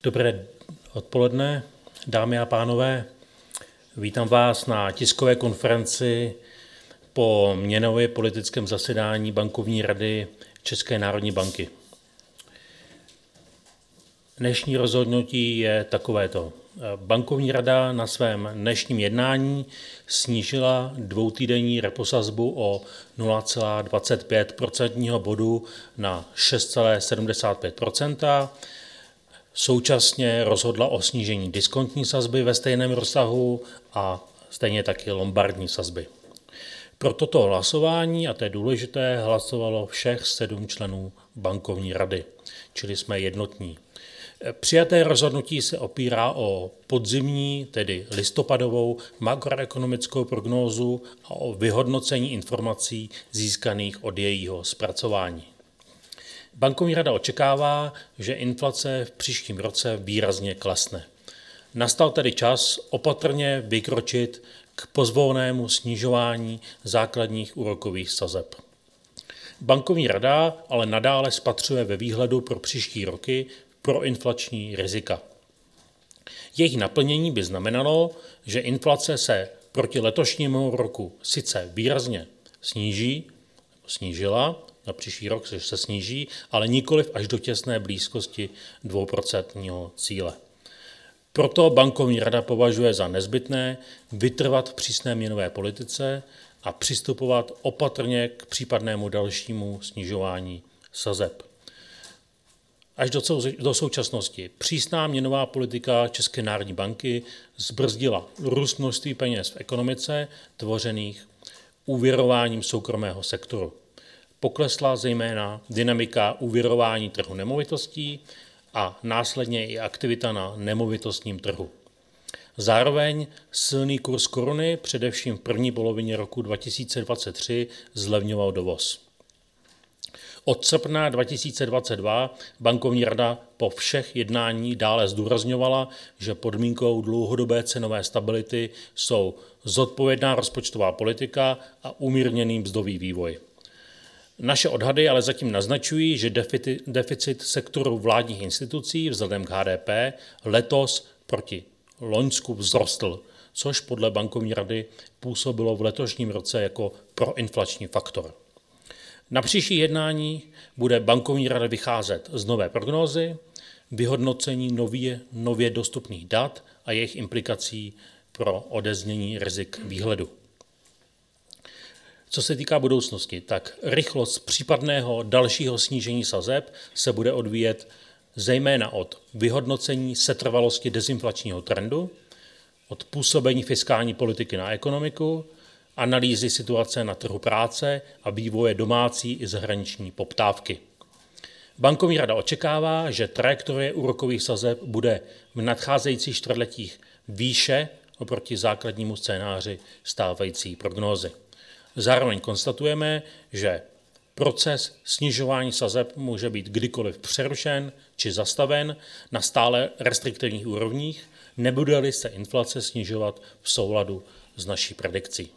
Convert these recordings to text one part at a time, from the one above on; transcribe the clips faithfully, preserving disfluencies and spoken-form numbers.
Dobré odpoledne, dámy a pánové. Vítám vás na tiskové konferenci po měnově politickém zasedání Bankovní rady České národní banky. Dnešní rozhodnutí je takovéto. Bankovní rada na svém dnešním jednání snížila dvoutýdenní reposazbu o nula celá dvacet pět procentního bodu na šest celá sedmdesát pět procenta. Současně rozhodla o snížení diskontní sazby ve stejném rozsahu a stejně taky lombardní sazby. Pro toto hlasování, a to je důležité, hlasovalo všech sedm členů bankovní rady, čili jsme jednotní. Přijaté rozhodnutí se opírá o podzimní, tedy listopadovou makroekonomickou prognózu a o vyhodnocení informací získaných od jejího zpracování. Bankovní rada očekává, že inflace v příštím roce výrazně klesne. Nastal tedy čas opatrně vykročit k pozvolnému snižování základních úrokových sazeb. Bankovní rada ale nadále spatřuje ve výhledu pro příští roky proinflační rizika. Jejich naplnění by znamenalo, že inflace se proti letošnímu roku sice výrazně sníží, snížila, na příští rok se sníží, ale nikoliv až do těsné blízkosti dvouprocentního cíle. Proto bankovní rada považuje za nezbytné vytrvat v přísné měnové politice a přistupovat opatrně k případnému dalšímu snižování sazeb. Až do, do současnosti přísná měnová politika České národní banky zbrzdila růst množství peněz v ekonomice tvořených úvěrováním soukromého sektoru. Poklesla zejména dynamika úvěrování trhu nemovitostí a následně i aktivita na nemovitostním trhu. Zároveň silný kurz koruny především v první polovině roku dva tisíce dvacet tři zlevňoval dovoz. Od srpna dva tisíce dvacet dva bankovní rada po všech jednání dále zdůrazňovala, že podmínkou dlouhodobé cenové stability jsou zodpovědná rozpočtová politika a umírněný mzdový vývoj. Naše odhady ale zatím naznačují, že deficit sektoru vládních institucí vzhledem k H D P letos proti loňsku vzrostl, což podle bankovní rady působilo v letošním roce jako proinflační faktor. Na příští jednání bude bankovní rada vycházet z nové prognózy, vyhodnocení nově, nově dostupných dat a jejich implikací pro odeznění rizik výhledu. Co se týká budoucnosti, tak rychlost případného dalšího snížení sazeb se bude odvíjet zejména od vyhodnocení setrvalosti dezinflačního trendu, od působení fiskální politiky na ekonomiku, analýzy situace na trhu práce a vývoje domácí i zahraniční poptávky. Bankovní rada očekává, že trajektorie úrokových sazeb bude v nadcházejících čtvrtletích výše oproti základnímu scénáři stávající prognózy. Zároveň konstatujeme, že proces snižování sazeb může být kdykoliv přerušen či zastaven na stále restriktivních úrovních, nebude-li se inflace snižovat v souladu s naší predikcí.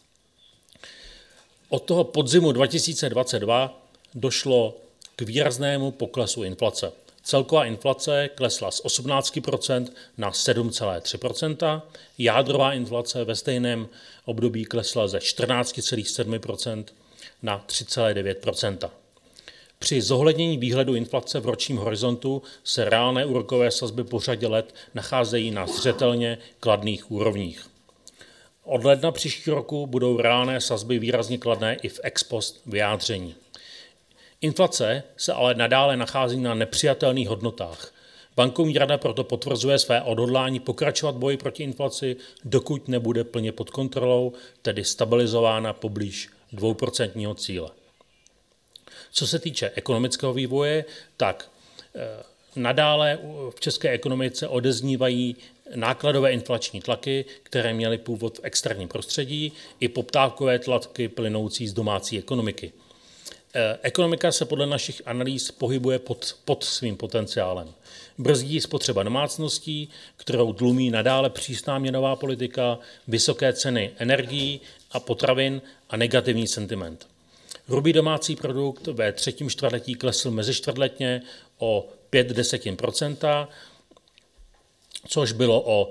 Od toho podzimu dva tisíce dvacet dva došlo k výraznému poklesu inflace. Celková inflace klesla z osmnáct procent na sedm celá tři procenta, jádrová inflace ve stejném období klesla ze čtrnáct celá sedm procenta na tři celá devět procenta. Při zohlednění výhledu inflace v ročním horizontu se reálné úrokové sazby po řadě let nacházejí na zřetelně kladných úrovních. Od ledna příštího roku budou reálné sazby výrazně kladné i v ex post vyjádření. Inflace se ale nadále nachází na nepřijatelných hodnotách. Bankovní rada proto potvrzuje své odhodlání pokračovat boji proti inflaci, dokud nebude plně pod kontrolou, tedy stabilizována poblíž dvouprocentního cíle. Co se týče ekonomického vývoje, tak e, nadále v české ekonomice odeznívají nákladové inflační tlaky, které měly původ v externím prostředí, i poptávkové tlaky plynoucí z domácí ekonomiky. Ekonomika se podle našich analýz pohybuje pod, pod svým potenciálem. Brzdí spotřeba domácností, kterou tlumí nadále přísná měnová politika, vysoké ceny energií a potravin a negativní sentiment. Hrubý domácí produkt ve třetím čtvrtletí klesl mezičtvrtletně o pět desetin procenta což bylo o,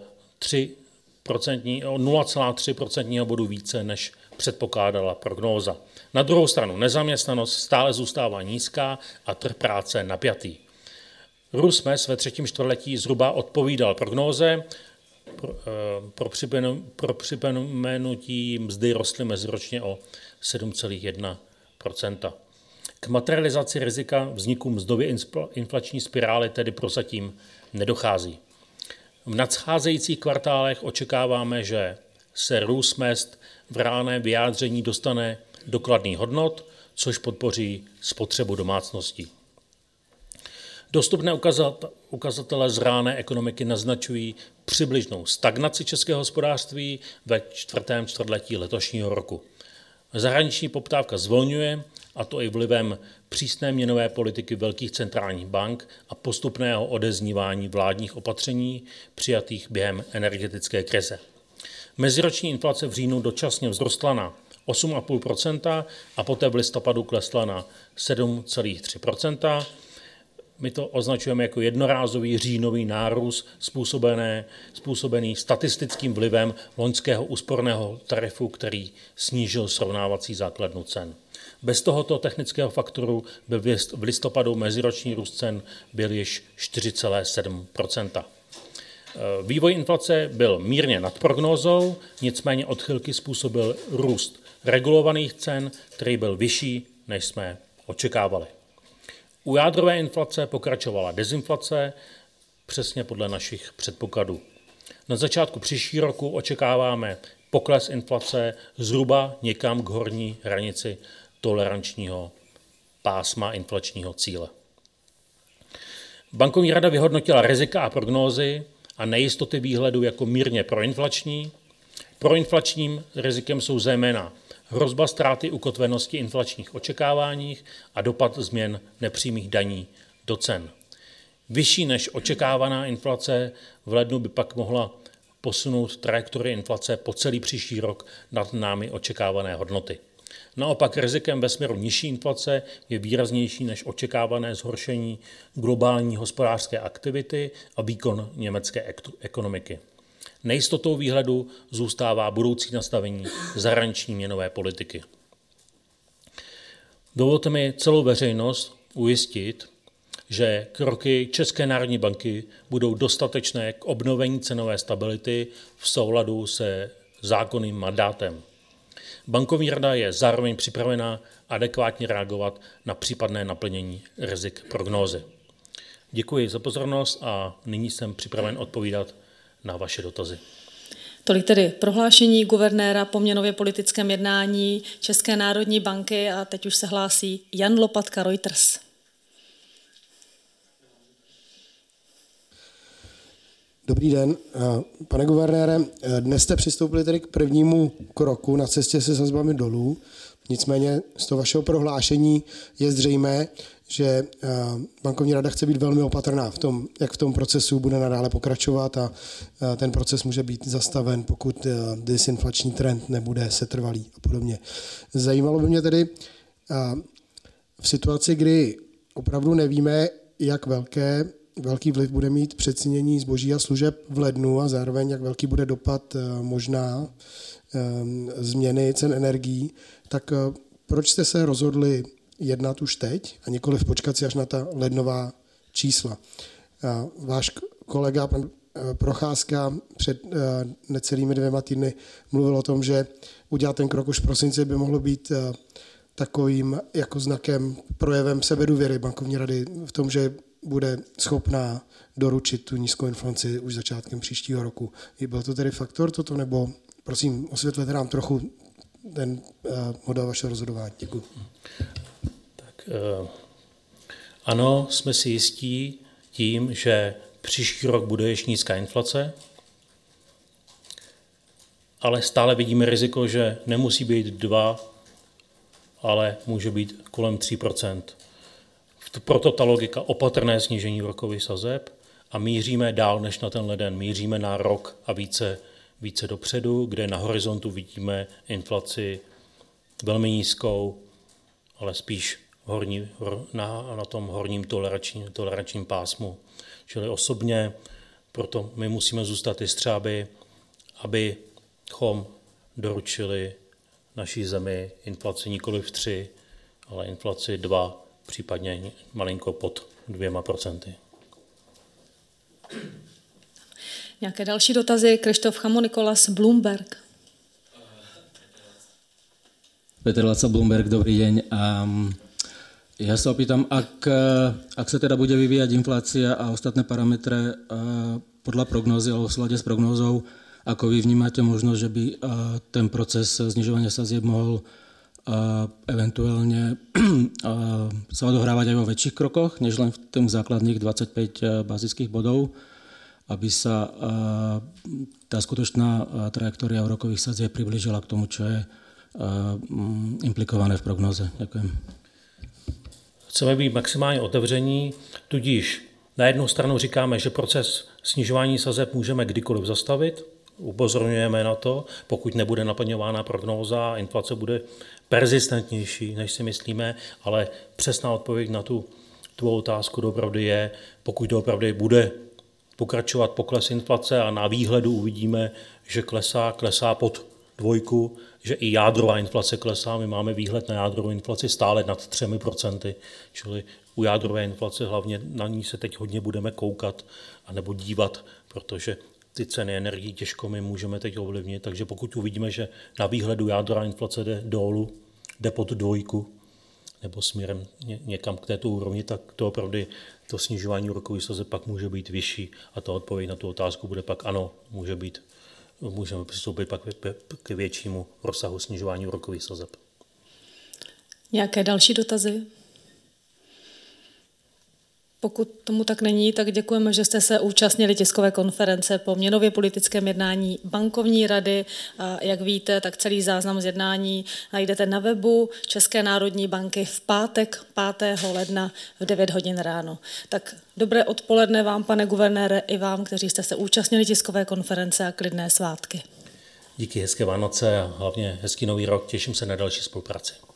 o nula celá tři procentního bodu více, než předpokládala prognóza. Na druhou stranu nezaměstnanost stále zůstává nízká a trh práce napjatý. Růst mezd ve třetím čtvrtletí zhruba odpovídal prognóze. Pro, pro, připomenu, pro připomenutí mzdy rostly meziročně o sedm celá jedna procenta. K materializaci rizika vzniku mzdově inflační spirály tedy prozatím nedochází. V nadcházejících kvartálech očekáváme, že se růst mezd v reálném vyjádření dostane do kladných hodnot, což podpoří spotřebu domácností. Dostupné ukazatele z reálné ekonomiky naznačují přibližnou stagnaci českého hospodářství ve čtvrtém čtvrtletí letošního roku. Zahraniční poptávka zvolňuje, a to i vlivem přísné měnové politiky velkých centrálních bank a postupného odeznívání vládních opatření přijatých během energetické krize. Meziroční inflace v říjnu dočasně vzrostla na osm celá pět procenta a poté v listopadu klesla na sedm celá tři procenta. My to označujeme jako jednorázový říjnový nárůst způsobený, způsobený statistickým vlivem loňského úsporného tarifu, který snížil srovnávací základnu cen. Bez tohoto technického faktoru byl v listopadu meziroční růst cen byl již čtyři celá sedm procenta. Vývoj inflace byl mírně nad prognózou, nicméně odchylky způsobil růst regulovaných cen, který byl vyšší, než jsme očekávali. U jádrové inflace pokračovala dezinflace, přesně podle našich předpokladů. Na začátku příštího roku očekáváme pokles inflace zhruba někam k horní hranici tolerančního pásma inflačního cíle. Bankovní rada vyhodnotila rizika a prognózy a nejistoty výhledu jako mírně proinflační. Proinflačním rizikem jsou zejména hrozba ztráty ukotvenosti inflačních očekáváních a dopad změn nepřímých daní do cen. Vyšší než očekávaná inflace v lednu by pak mohla posunout trajektorii inflace po celý příští rok nad námi očekávané hodnoty. Naopak rizikem ve směru nižší inflace je výraznější než očekávané zhoršení globální hospodářské aktivity a výkon německé ekonomiky. Nejistotou výhledu zůstává budoucí nastavení zahraniční měnové politiky. Dovolte mi celou veřejnost ujistit, že kroky České národní banky budou dostatečné k obnovení cenové stability v souladu se zákonným mandátem. Bankovní rada je zároveň připravena adekvátně reagovat na případné naplnění rizik prognózy. Děkuji za pozornost a nyní jsem připraven odpovídat na vaše dotazy. Tolik tedy prohlášení guvernéra po měnově politickém jednání České národní banky a teď už se hlásí Jan Lopatka, Reuters. Dobrý den. Pane guvernére, dnes jste přistoupili tedy k prvnímu kroku na cestě se sazbami dolů. Nicméně z toho vašeho prohlášení je zřejmé, že bankovní rada chce být velmi opatrná v tom, jak v tom procesu bude nadále pokračovat a ten proces může být zastaven, pokud disinflační trend nebude setrvalý a podobně. Zajímalo by mě tedy v situaci, kdy opravdu nevíme, jak velké velký vliv bude mít přecenění zboží a služeb v lednu a zároveň jak velký bude dopad možná změny cen energií, tak proč jste se rozhodli jednat už teď a nikoliv počkat si až na ta lednová čísla? Váš kolega, pan Procházka, před necelými dvěma týdny mluvil o tom, že udělat ten krok už v prosinci by mohlo být takovým jako znakem, projevem sebedůvěry bankovní rady v tom, že bude schopná doručit tu nízkou inflaci už začátkem příštího roku. Byl to tedy faktor toto, nebo prosím, osvětlete nám trochu ten uh, model vašeho rozhodování. Děkuji. Tak, uh, ano, jsme si jistí tím, že příští rok bude ještě nízká inflace, ale stále vidíme riziko, že nemusí být dva, ale může být kolem tří procent. Proto ta logika opatrné snížení úrokových sazeb a míříme dál než na ten leden. Míříme na rok a více, více dopředu, kde na horizontu vidíme inflaci velmi nízkou, ale spíš horní, hor, na, na tom horním tolerančním, tolerančním pásmu. Čili osobně proto my musíme zůstat i střáby, abychom doručili naší zemi inflaci nikoli v tři, ale inflaci dva, případně malinko pod dvěma procenty. Nějaké další dotazy? Krištof Chamonikolas, Bloomberg. Petr Laca, Bloomberg, dobrý deň. Um, ja sa opýtam, ak, ak sa teda bude vyvíjať inflácia a ostatné parametre uh, podľa prognózy alebo v súlade s prognózou, ako vy vnímate možnosť, že by uh, ten proces znižovania sadzieb mohol uh, eventuálne uh, sa odohrávať aj vo väčších krokoch, než len v tých základných dvadsaťpäť uh, bazických bodov, aby sa uh, tá skutočná uh, trajektória úrokových sadzieb priblížila k tomu, čo je implikované v prognoze. Děkuji. Chceme být maximálně otevření, tudíž na jednu stranu říkáme, že proces snižování sazeb můžeme kdykoliv zastavit, upozorňujeme na to, pokud nebude naplňována prognóza, inflace bude persistentnější, než si myslíme, ale přesná odpověď na tu tvou otázku doopravdy je, pokud doopravdy bude pokračovat pokles inflace a na výhledu uvidíme, že klesá, klesá pod dvojku, že i jádrová inflace klesá, my máme výhled na jádrovou inflaci stále nad třemi procenty, čili u jádrové inflace hlavně na ní se teď hodně budeme koukat anebo dívat, protože ty ceny energií těžko my můžeme teď ovlivnit, takže pokud uvidíme, že na výhledu jádrová inflace jde dolů, jde pod dvojku nebo směrem někam k této úrovni, tak to opravdu to snižování úrokových sazeb pak může být vyšší a ta odpověď na tu otázku bude pak ano, může být. Můžeme přistoupit pak k většímu rozsahu snižování úrokových sazeb. Nějaké další dotazy? Pokud tomu tak není, tak děkujeme, že jste se účastnili tiskové konference po měnově politickém jednání bankovní rady. A jak víte, tak celý záznam z jednání najdete na webu České národní banky v pátek pátého ledna v devět hodin ráno. Tak dobré odpoledne vám, pane guvernére, i vám, kteří jste se účastnili tiskové konference a klidné svátky. Díky, hezké Vánoce a hlavně hezký nový rok. Těším se na další spolupráci.